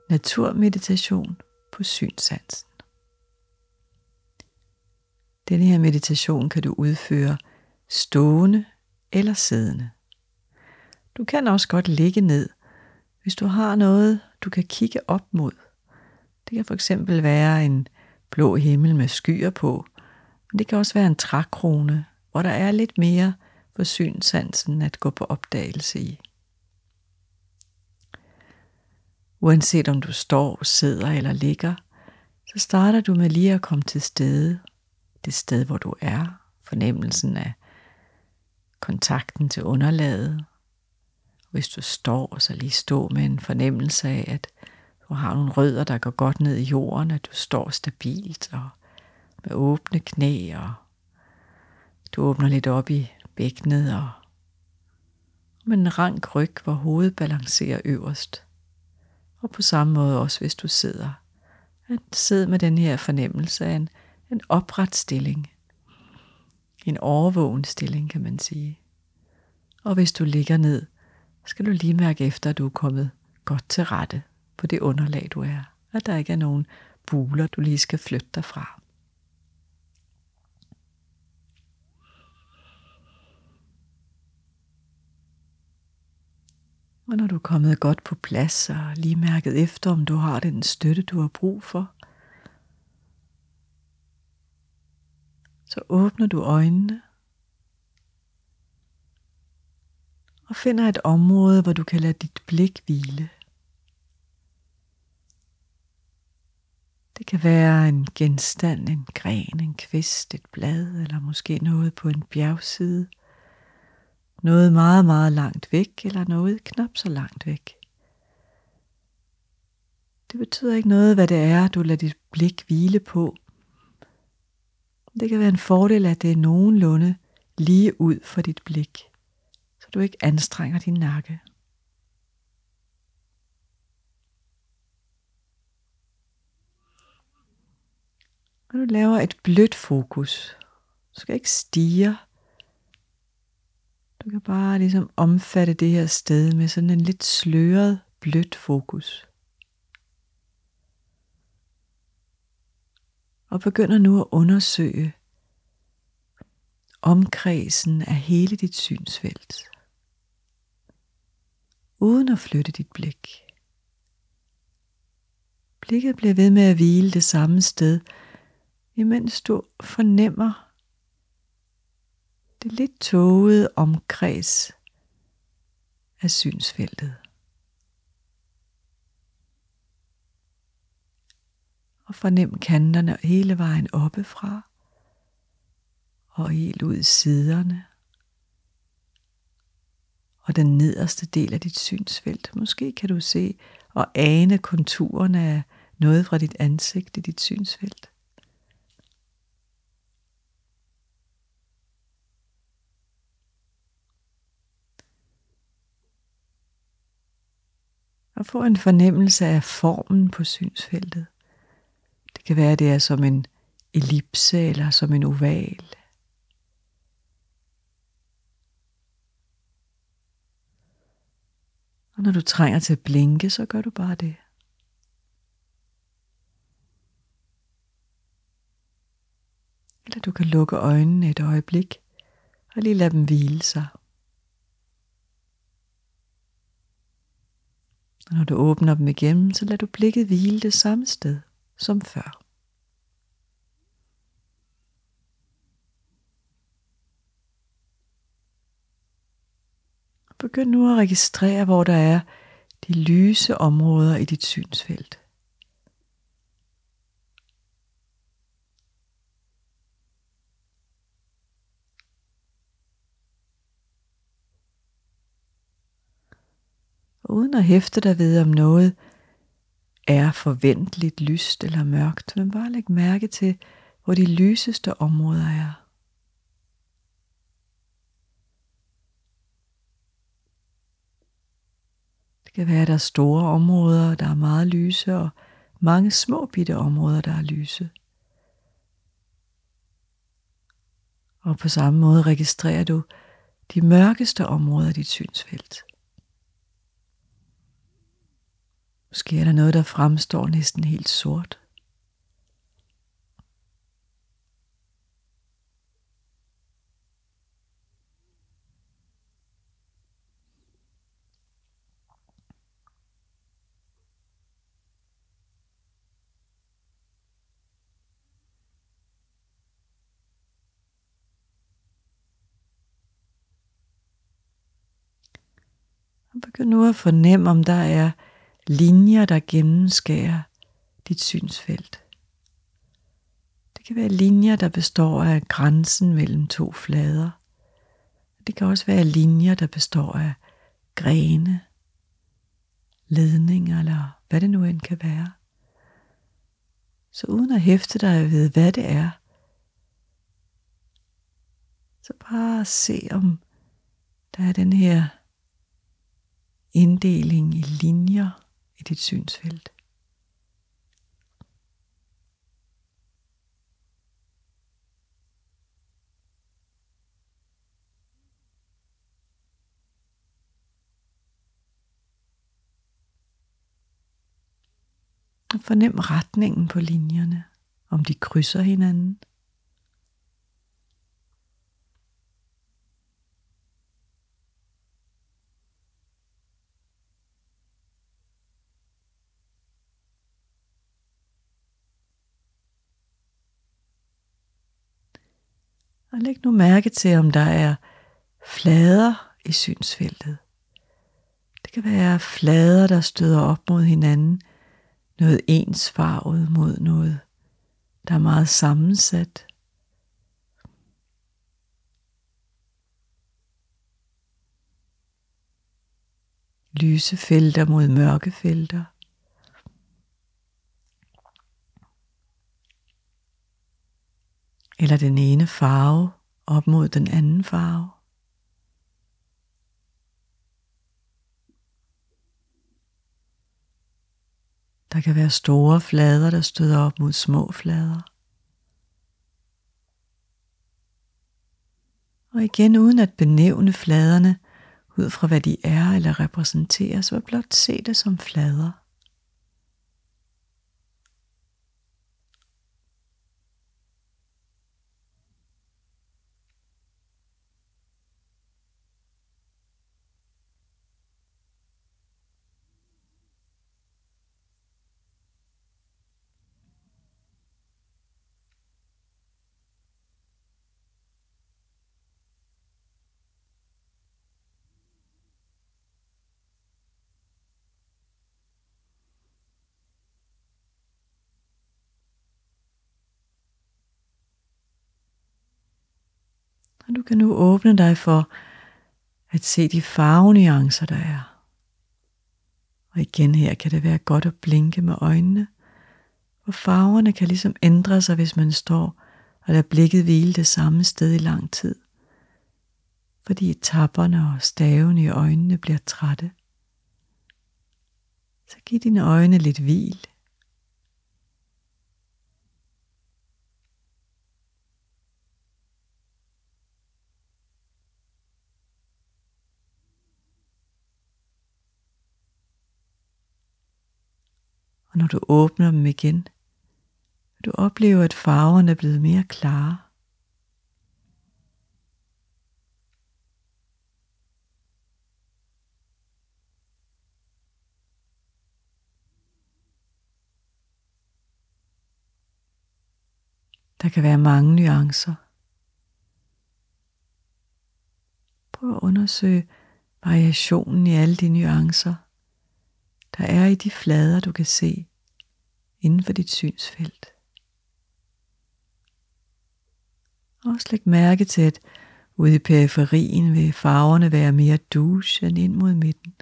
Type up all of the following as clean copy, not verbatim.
naturmeditation på synssansen. Denne her meditation kan du udføre stående eller siddende. Du kan også godt ligge ned, hvis du har noget, du kan kigge op mod. Det kan fx være en blå himmel med skyer på, men det kan også være en trækrone, hvor der er lidt mere for synssansen at gå på opdagelse i. Uanset om du står, sidder eller ligger, så starter du med lige at komme til stede, det sted hvor du er, fornemmelsen af kontakten til underlaget. Hvis du står, så lige stå med en fornemmelse af, at du har nogle rødder, der går godt ned i jorden, at du står stabilt og med åbne knæ, og du åbner lidt op i bækkenet og med en rank ryg, hvor hovedet balancerer øverst. Og på samme måde også, hvis du sidder. At sidde med den her fornemmelse af en opret stilling. En overvågen stilling, kan man sige. Og hvis du ligger ned, skal du lige mærke efter, at du er kommet godt til rette på det underlag, du er. At der ikke er nogen buler, du lige skal flytte dig fra. Og når du er kommet godt på plads og lige mærket efter, om du har den støtte, du har brug for, så åbner du øjnene og finder et område, hvor du kan lade dit blik hvile. Det kan være en genstand, en gren, en kvist, et blad eller måske noget på en bjergside. Noget meget, meget langt væk eller noget knap så langt væk. Det betyder ikke noget, hvad det er, du lader dit blik hvile på. Det kan være en fordel, at det er nogenlunde lige ud for dit blik, så du ikke anstrenger din nakke. Når du laver et blødt fokus, du skal ikke stirre. Du kan bare ligesom omfatte det her sted med sådan en lidt sløret, blødt fokus. Og begynder nu at undersøge omkredsen af hele dit synsfelt. Uden at flytte dit blik. Blikket bliver ved med at hvile det samme sted, imens du fornemmer det lidt tågede omkreds af synsfeltet. Og fornem kanterne hele vejen oppefra og helt ud i siderne. Og den nederste del af dit synsfelt. Måske kan du se og ane konturerne af noget fra dit ansigt i dit synsfelt. Og få en fornemmelse af formen på synsfeltet. Det kan være, at det er som en ellipse eller som en oval. Og når du trænger til at blinke, så gør du bare det. Eller du kan lukke øjnene et øjeblik og lige lade dem hvile sig. Og når du åbner dem igen, så lader du blikket hvile det samme sted som før. Begynd nu at registrere, hvor der er de lyse områder i dit synsfelt. Og uden at hæfte dig ved, om noget er forventeligt lyst eller mørkt, men bare læg mærke til, hvor de lyseste områder er. Det kan være, at der er store områder, der er meget lyse, og mange små bitte områder, der er lyse. Og på samme måde registrerer du de mørkeste områder i dit synsfelt. Måske er der noget, der fremstår næsten helt sort. Og begynd nu at fornemme, om der er linjer, der gennemskærer dit synsfelt. Det kan være linjer, der består af grænsen mellem to flader. Det kan også være linjer, der består af grene, ledninger eller hvad det nu end kan være. Så uden at hæfte dig ved, hvad det er, så bare se, om der er den her inddeling i linjer i dit synsfelt. Og fornem retningen på linjerne, om de krydser hinanden. Og læg nu mærke til, om der er flader i synsfeltet. Det kan være flader, der støder op mod hinanden. Noget ensfarvet mod noget, der er meget sammensat. Lyse felter mod mørke felter. Eller den ene farve op mod den anden farve. Der kan være store flader, der støder op mod små flader. Og igen uden at benævne fladerne ud fra hvad de er eller repræsenterer, så blot se det som flader. Og du kan nu åbne dig for at se de farvenuancer, der er. Og igen her kan det være godt at blinke med øjnene, for farverne kan ligesom ændre sig, hvis man står og lader blikket hvile det samme sted i lang tid. Fordi etapperne og stavene i øjnene bliver trætte. Så giv dine øjne lidt hvil. Og når du åbner dem igen, vil du opleve, at farverne er blevet mere klare. Der kan være mange nuancer. Prøv at undersøge variationen i alle de nuancer, der er i de flader, du kan se inden for dit synsfelt. Også læg mærke til, at ude i periferien vil farverne være mere douce end ind mod midten.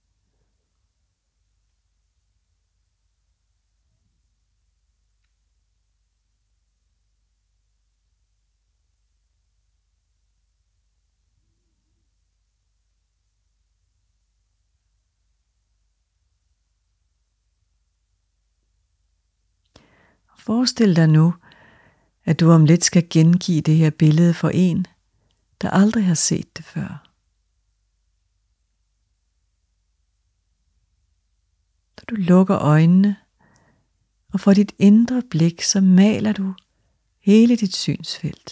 Forestil dig nu, at du om lidt skal gengive det her billede for en, der aldrig har set det før. Du lukker øjnene, og for dit indre blik, så maler du hele dit synsfelt.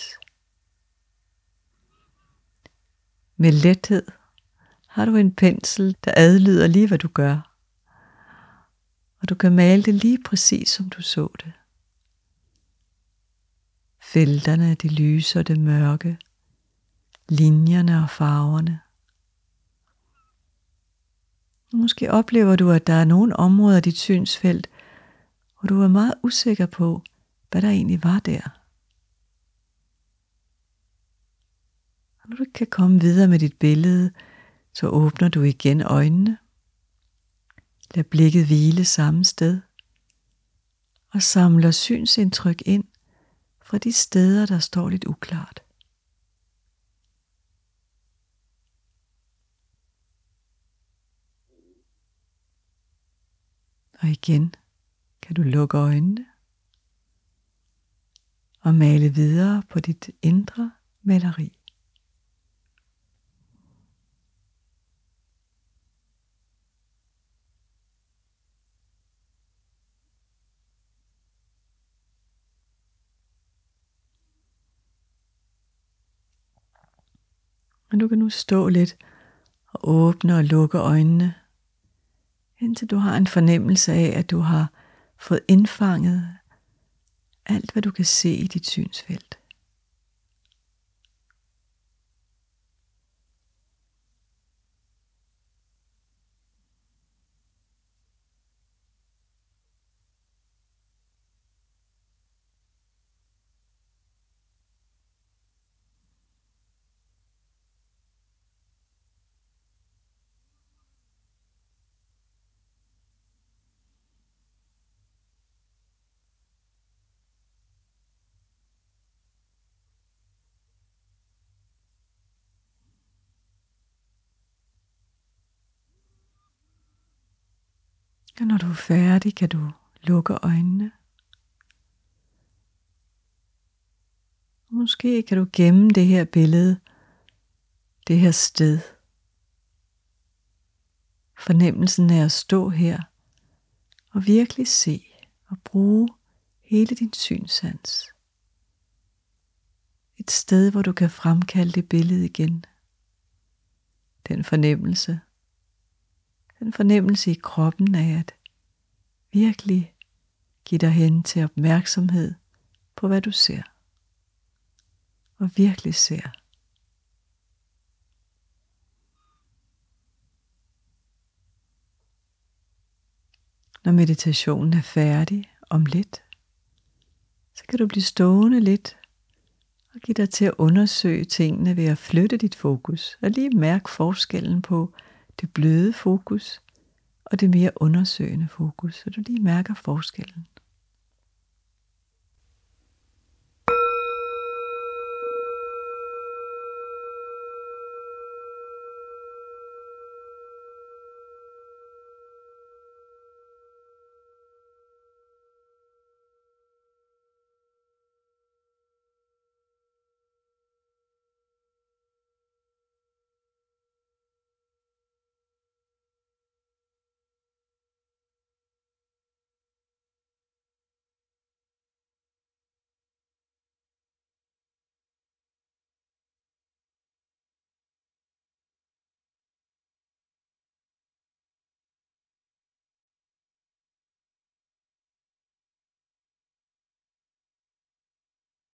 Med lethed har du en pensel, der adlyder lige, hvad du gør. Og du kan male det lige præcis, som du så det. Felterne, det lyse og det mørke, linjerne og farverne. Måske oplever du, at der er nogle områder af dit synsfelt, hvor du er meget usikker på, hvad der egentlig var der. Og når du ikke kan komme videre med dit billede, så åbner du igen øjnene. Lad blikket hvile samme sted. Og samler synsindtryk ind fra de steder, der står lidt uklart. Og igen kan du lukke øjnene og male videre på dit indre maleri. Og du kan nu stå lidt og åbne og lukke øjnene, indtil du har en fornemmelse af, at du har fået indfanget alt, hvad du kan se i dit synsfelt. Og når du er færdig, kan du lukke øjnene. Måske kan du gemme det her billede, det her sted. Fornemmelsen af at stå her og virkelig se og bruge hele din synssans. Et sted, hvor du kan fremkalde det billede igen. Den fornemmelse i kroppen af at virkelig give dig hen til opmærksomhed på, hvad du ser. Og virkelig ser. Når meditationen er færdig om lidt, så kan du blive stående lidt og give dig til at undersøge tingene ved at flytte dit fokus og lige mærke forskellen på det bløde fokus og det mere undersøgende fokus, så du lige mærker forskellen.